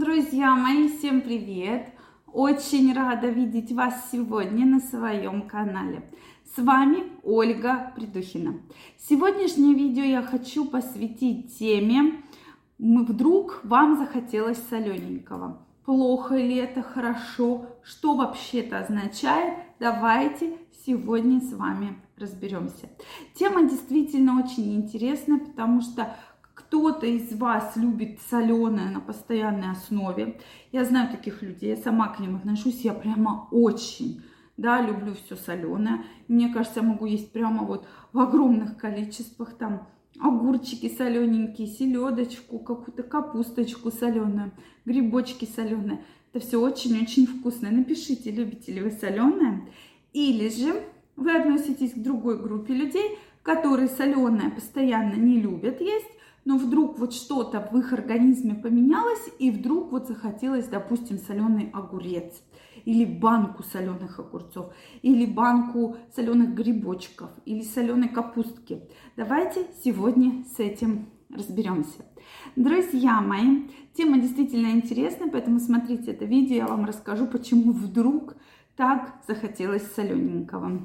Друзья мои, всем привет! Очень рада видеть вас сегодня на своем канале. С вами Ольга Придухина. Сегодняшнее видео я хочу посвятить теме «Вдруг вам захотелось солененького». Плохо ли это, хорошо? Что вообще это означает? Давайте сегодня с вами разберемся. Тема действительно очень интересная, потому что кто-то из вас любит соленое на постоянной основе. Я знаю таких людей, я сама к ним отношусь, я прямо очень, люблю все соленое. Мне кажется, я могу есть прямо вот в огромных количествах, там огурчики солененькие, селедочку, какую-то капусточку соленую, грибочки соленые. Это все очень-очень вкусно. Напишите, любите ли вы соленое, или же вы относитесь к другой группе людей, которые соленое постоянно не любят есть, но вдруг вот что-то в их организме поменялось, и вдруг вот захотелось, допустим, соленый огурец, или банку соленых огурцов, или банку соленых грибочков, или соленой капустки. Давайте сегодня с этим разберемся. Друзья мои, тема действительно интересная, поэтому смотрите это видео, я вам расскажу, почему вдруг так захотелось солененького.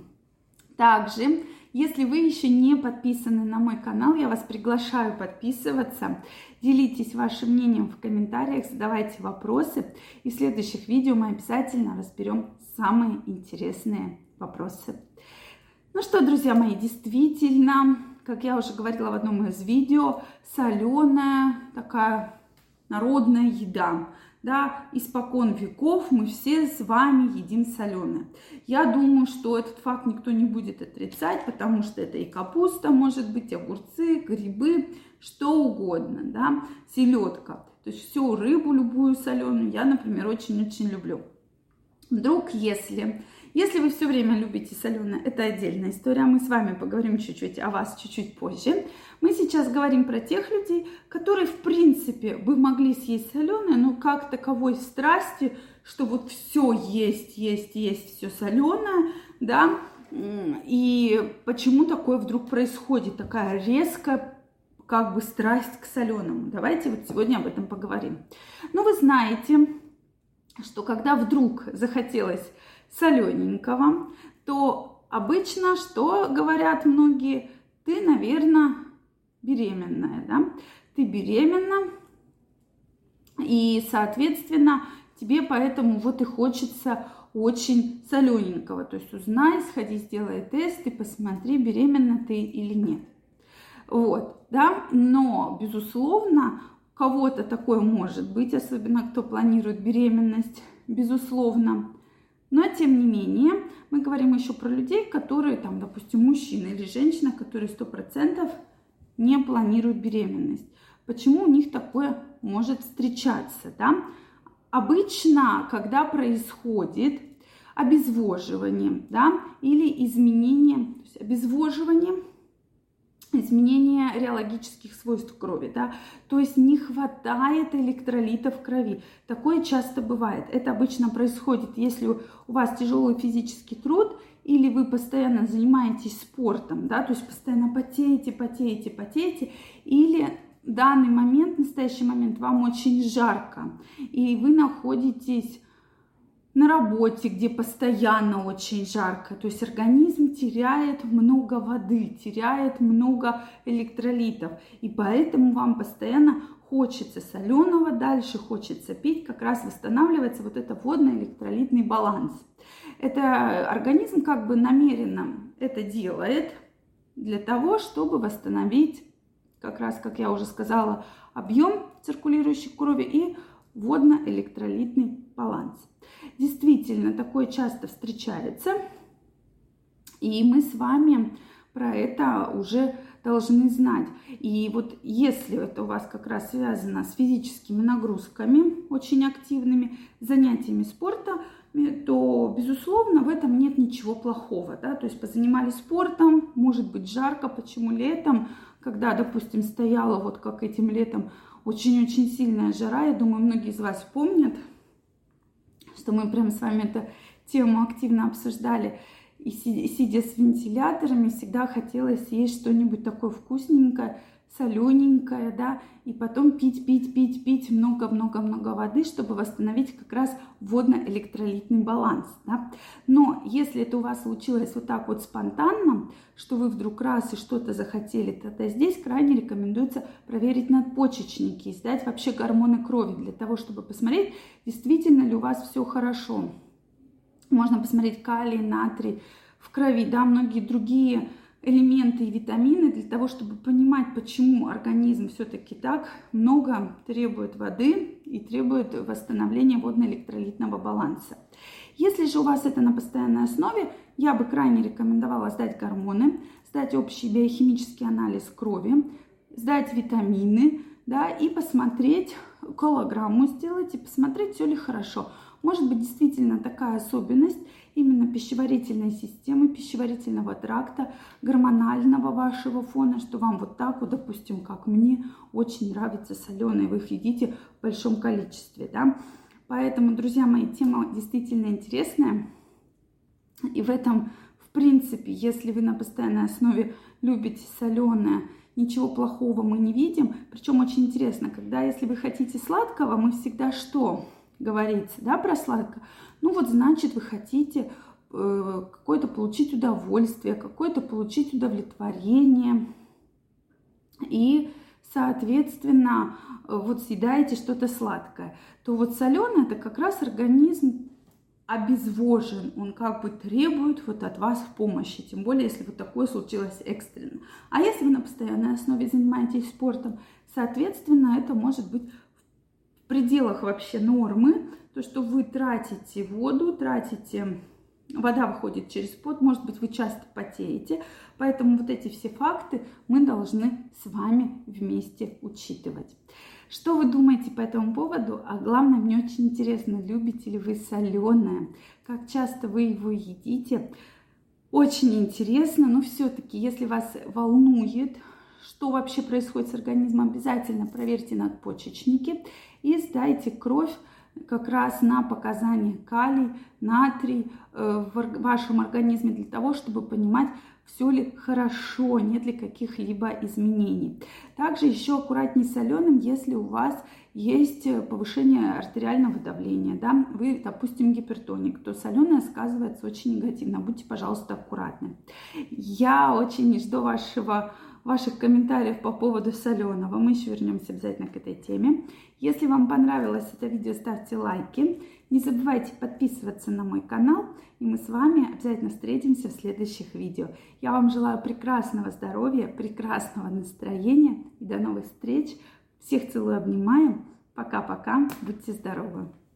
Также, если вы еще не подписаны на мой канал, я вас приглашаю подписываться. Делитесь вашим мнением в комментариях, задавайте вопросы. И в следующих видео мы обязательно разберем самые интересные вопросы. Ну что, друзья мои, действительно, как я уже говорила в одном из видео, соленая такая народная еда. Испокон веков мы все с вами едим соленое. Я думаю, что этот факт никто не будет отрицать, потому что это и капуста, может быть, огурцы, грибы, что угодно, селедка. То есть всю рыбу, любую соленую, я, например, очень-очень люблю. Вдруг, если вы все время любите соленое, это отдельная история. Мы с вами поговорим чуть-чуть о вас чуть-чуть позже. Мы сейчас говорим про тех людей, которые, в принципе, бы могли съесть соленое, но как таковой страсти, что вот все есть все соленое, и почему такое вдруг происходит, такая резкая страсть к соленому. Давайте вот сегодня об этом поговорим. Вы знаете, что когда вдруг захотелось солененького, то обычно, что говорят многие, ты, наверное, беременная, Ты беременна, и, соответственно, тебе поэтому вот и хочется очень солененького. То есть узнай, сходи, сделай тест и посмотри, беременна ты или нет. Но, безусловно, у кого-то такое может быть, особенно кто планирует беременность, безусловно. Но, тем не менее, мы говорим еще про людей, которые, допустим, мужчина или женщина, которые 100% не планируют беременность. Почему у них такое может встречаться? Обычно, когда происходит обезвоживание, или изменение, то есть обезвоживание, изменение реологических свойств крови, то есть не хватает электролитов в крови. Такое часто бывает. Это обычно происходит, если у вас тяжелый физический труд, или вы постоянно занимаетесь спортом, то есть постоянно потеете, или в данный момент, в настоящий момент вам очень жарко, и вы находитесь на работе, где постоянно очень жарко, то есть организм теряет много воды, теряет много электролитов, и поэтому вам постоянно хочется соленого, дальше хочется пить, как раз восстанавливается вот это водно-электролитный баланс. Это организм намеренно это делает для того, чтобы восстановить, как раз, как я уже сказала, объем циркулирующей крови и водно-электролитный баланс. Действительно, такое часто встречается, и мы с вами про это уже должны знать. И вот если это у вас как раз связано с физическими нагрузками, очень активными занятиями спорта, то, безусловно, в этом нет ничего плохого. То есть позанимались спортом, может быть жарко, почему летом, когда, допустим, стояла вот как этим летом очень-очень сильная жара, я думаю, многие из вас помнят, что мы прям с вами эту тему активно обсуждали, и сидя с вентиляторами, всегда хотелось есть что-нибудь такое вкусненькое, солененькое, да, и потом пить много-много-много воды, чтобы восстановить как раз водно-электролитный баланс, да. Но если это у вас случилось вот так вот спонтанно, что вы вдруг раз и что-то захотели, тогда здесь крайне рекомендуется проверить надпочечники и сдать вообще гормоны крови для того, чтобы посмотреть, действительно ли у вас все хорошо. Можно посмотреть калий, натрий в крови, да, многие другие элементы и витамины для того, чтобы понимать, почему организм все-таки так много требует воды и требует восстановления водно-электролитного баланса. Если же у вас это на постоянной основе, я бы крайне рекомендовала сдать гормоны, сдать общий биохимический анализ крови, сдать витамины, да, и посмотреть, колограмму сделать и посмотреть, все ли хорошо. Может быть, действительно такая особенность именно пищеварительной системы, пищеварительного тракта, гормонального вашего фона, что вам вот так вот, допустим, как мне, очень нравится соленые, вы их едите в большом количестве, да. Поэтому, друзья мои, тема действительно интересная. И в этом, в принципе, если вы на постоянной основе любите соленое, ничего плохого мы не видим. Причем очень интересно, когда, если вы хотите сладкого, мы всегда что говорится, да, про сладкое? Ну вот, значит, вы хотите какое-то получить удовольствие, какое-то получить удовлетворение. И, соответственно, вот съедаете что-то сладкое. То вот соленое, это как раз организм обезвожен, он как бы требует вот от вас помощи, тем более, если вот такое случилось экстренно. А если вы на постоянной основе занимаетесь спортом, соответственно, это может быть в пределах вообще нормы, то, что вы тратите воду, вода выходит через пот, может быть, вы часто потеете, поэтому вот эти все факты мы должны с вами вместе учитывать. Что вы думаете по этому поводу? А главное, мне очень интересно, любите ли вы соленое, как часто вы его едите. Очень интересно, но все-таки, если вас волнует, что вообще происходит с организмом, обязательно проверьте надпочечники и сдайте кровь как раз на показания калий, натрий в вашем организме для того, чтобы понимать, все ли хорошо, нет ли каких-либо изменений. Также еще аккуратней с соленым, если у вас есть повышение артериального давления, да, вы, допустим, гипертоник, то соленое сказывается очень негативно. Будьте, пожалуйста, аккуратны. Я очень жду ваших комментариев по поводу соленого. Мы еще вернемся обязательно к этой теме. Если вам понравилось это видео, ставьте лайки. Не забывайте подписываться на мой канал. И мы с вами обязательно встретимся в следующих видео. Я вам желаю прекрасного здоровья, прекрасного настроения и до новых встреч. Всех целую, обнимаю. Пока-пока. Будьте здоровы.